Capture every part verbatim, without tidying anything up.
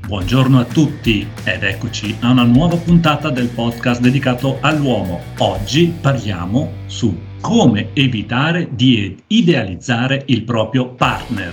Buongiorno a tutti ed eccoci a una nuova puntata del podcast dedicato all'uomo. Oggi parliamo su come evitare di idealizzare il proprio partner.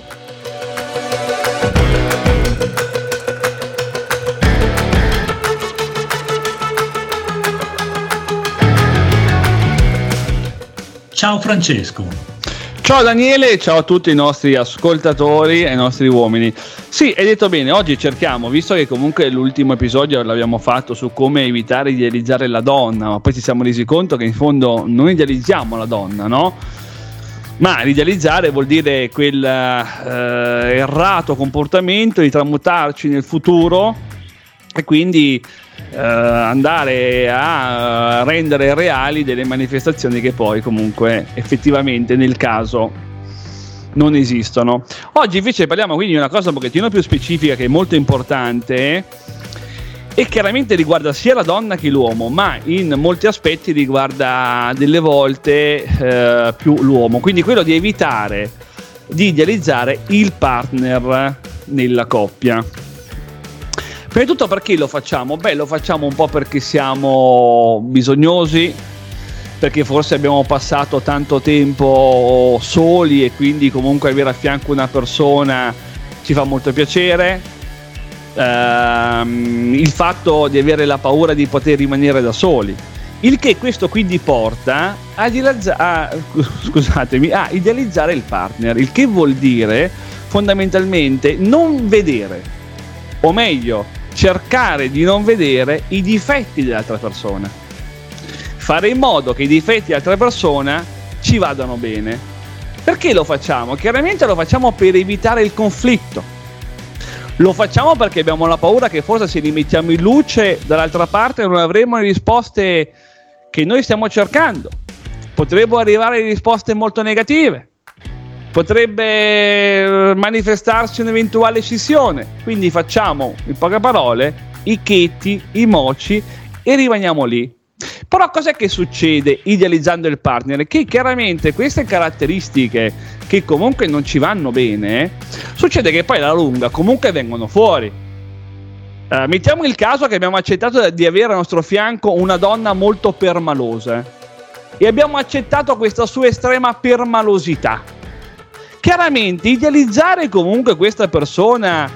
Ciao Francesco. Ciao Daniele, ciao a tutti i nostri ascoltatori e ai nostri uomini. Sì, hai detto bene, oggi cerchiamo, visto che comunque l'ultimo episodio l'abbiamo fatto su come evitare di idealizzare la donna, ma poi ci siamo resi conto che in fondo non idealizziamo la donna, no? Ma idealizzare vuol dire quel eh, errato comportamento di tramutarci nel futuro e quindi eh, andare a rendere reali delle manifestazioni che poi comunque effettivamente nel caso non esistono. Oggi invece parliamo quindi di una cosa un pochettino più specifica che è molto importante e chiaramente riguarda sia la donna che l'uomo, ma in molti aspetti riguarda delle volte eh, più l'uomo, quindi quello di evitare di idealizzare il partner nella coppia. Prima di tutto, perché lo facciamo? Beh, lo facciamo un po' perché siamo bisognosi, perché forse abbiamo passato tanto tempo soli e quindi comunque avere a fianco una persona ci fa molto piacere. Ehm, il fatto di avere la paura di poter rimanere da soli, il che questo quindi porta a, idealizza- a, scusatemi, a idealizzare il partner, il che vuol dire fondamentalmente non vedere, o meglio cercare di non vedere i difetti dell'altra persona, fare in modo che i difetti dell'altra persona ci vadano bene. Perché lo facciamo? Chiaramente lo facciamo per evitare il conflitto, lo facciamo perché abbiamo la paura che forse se li mettiamo in luce dall'altra parte non avremo le risposte che noi stiamo cercando, potrebbero arrivare risposte molto negative, potrebbe manifestarsi un'eventuale scissione, quindi facciamo in poche parole i chetti, i moci e rimaniamo lì. Però cos'è che succede idealizzando il partner? Che chiaramente queste caratteristiche che comunque non ci vanno bene, succede che poi alla lunga comunque vengono fuori. Uh, mettiamo il caso che abbiamo accettato di avere al nostro fianco una donna molto permalosa e abbiamo accettato questa sua estrema permalosità. Chiaramente idealizzare comunque questa persona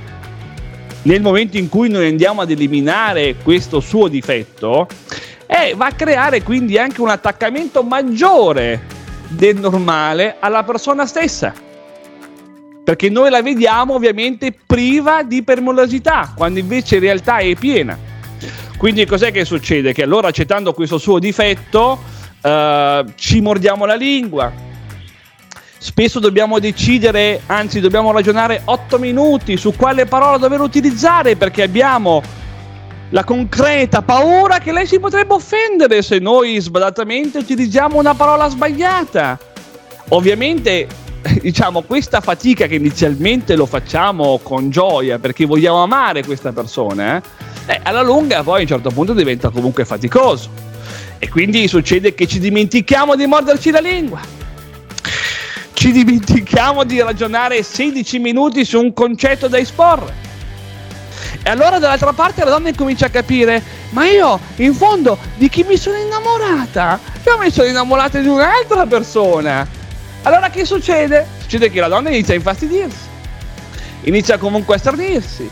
nel momento in cui noi andiamo ad eliminare questo suo difetto eh, va a creare quindi anche un attaccamento maggiore del normale alla persona stessa, perché noi la vediamo ovviamente priva di permalosità quando invece in realtà è piena. Quindi cos'è che succede? Che allora accettando questo suo difetto eh, ci mordiamo la lingua. Spesso dobbiamo decidere, anzi dobbiamo ragionare otto minuti su quale parola dover utilizzare, perché abbiamo la concreta paura che lei si potrebbe offendere se noi sbadatamente utilizziamo una parola sbagliata. Ovviamente, diciamo, questa fatica che inizialmente lo facciamo con gioia perché vogliamo amare questa persona, eh, alla lunga poi a un certo punto diventa comunque faticoso. E quindi succede che ci dimentichiamo di morderci la lingua. Ci dimentichiamo di ragionare sedici minuti su un concetto da esporre. E allora dall'altra parte la donna comincia a capire: ma io in fondo di chi mi sono innamorata? Io mi sono innamorata di un'altra persona. Allora che succede? Succede che la donna inizia a infastidirsi, inizia comunque a stranirsi,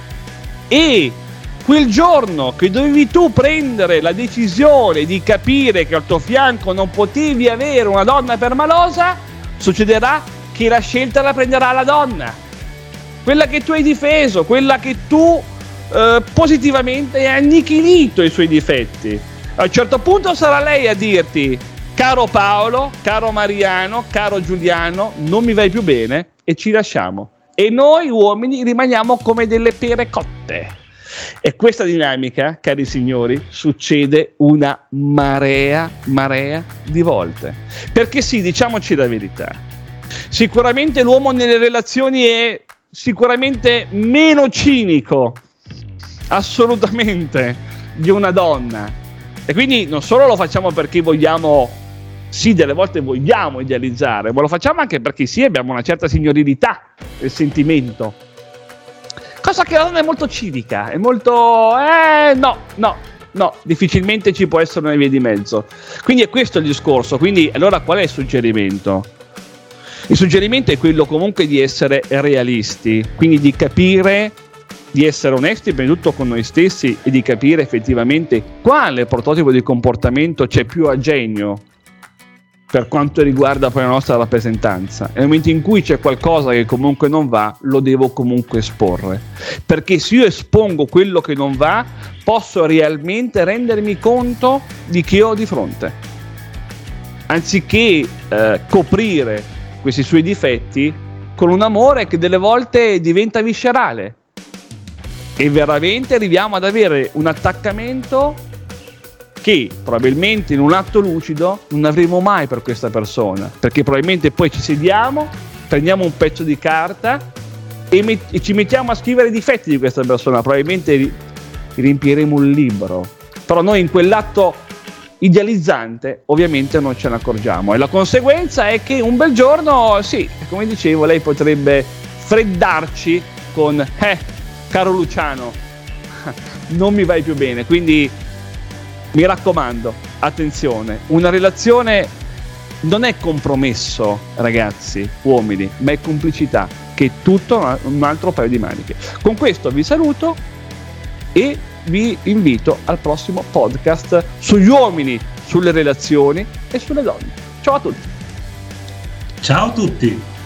e quel giorno che dovevi tu prendere la decisione di capire che al tuo fianco non potevi avere una donna permalosa, succederà che la scelta la prenderà la donna, quella che tu hai difeso, quella che tu eh, positivamente hai annichilito i suoi difetti. A un certo punto sarà lei a dirti: caro Paolo, caro Mariano, caro Giuliano, non mi vai più bene, e ci lasciamo. E noi uomini rimaniamo come delle pere cotte. E questa dinamica, cari signori, succede una marea, marea di volte. Perché sì, diciamoci la verità, sicuramente l'uomo nelle relazioni è sicuramente meno cinico, assolutamente, di una donna. E quindi non solo lo facciamo perché vogliamo, sì, delle volte vogliamo idealizzare, ma lo facciamo anche perché sì, abbiamo una certa signorilità del sentimento. cosa che la donna è molto civica, è molto eh no, no, no, difficilmente ci può essere una via di mezzo. Quindi è questo il discorso. Quindi allora qual è il suggerimento? Il suggerimento è quello comunque di essere realisti, quindi di capire, di essere onesti prima di tutto con noi stessi e di capire effettivamente quale prototipo di comportamento c'è più a genio per quanto riguarda poi la nostra rappresentanza. Nel momento in cui c'è qualcosa che comunque non va, lo devo comunque esporre, perché se io espongo quello che non va, posso realmente rendermi conto di chi ho di fronte, anziché eh, coprire questi suoi difetti con un amore che delle volte diventa viscerale e veramente arriviamo ad avere un attaccamento che probabilmente in un atto lucido non avremo mai per questa persona, perché probabilmente poi ci sediamo, prendiamo un pezzo di carta e, met- e ci mettiamo a scrivere i difetti di questa persona, probabilmente ri- riempiremo un libro, però noi in quell'atto idealizzante ovviamente non ce ne accorgiamo, e la conseguenza è che un bel giorno, sì, come dicevo, lei potrebbe freddarci con eh, caro Luciano, non mi vai più bene. Quindi mi raccomando, attenzione, una relazione non è compromesso, ragazzi, uomini, ma è complicità, che è tutto un altro paio di maniche. Con questo vi saluto e vi invito al prossimo podcast sugli uomini, sulle relazioni e sulle donne. Ciao a tutti. Ciao a tutti.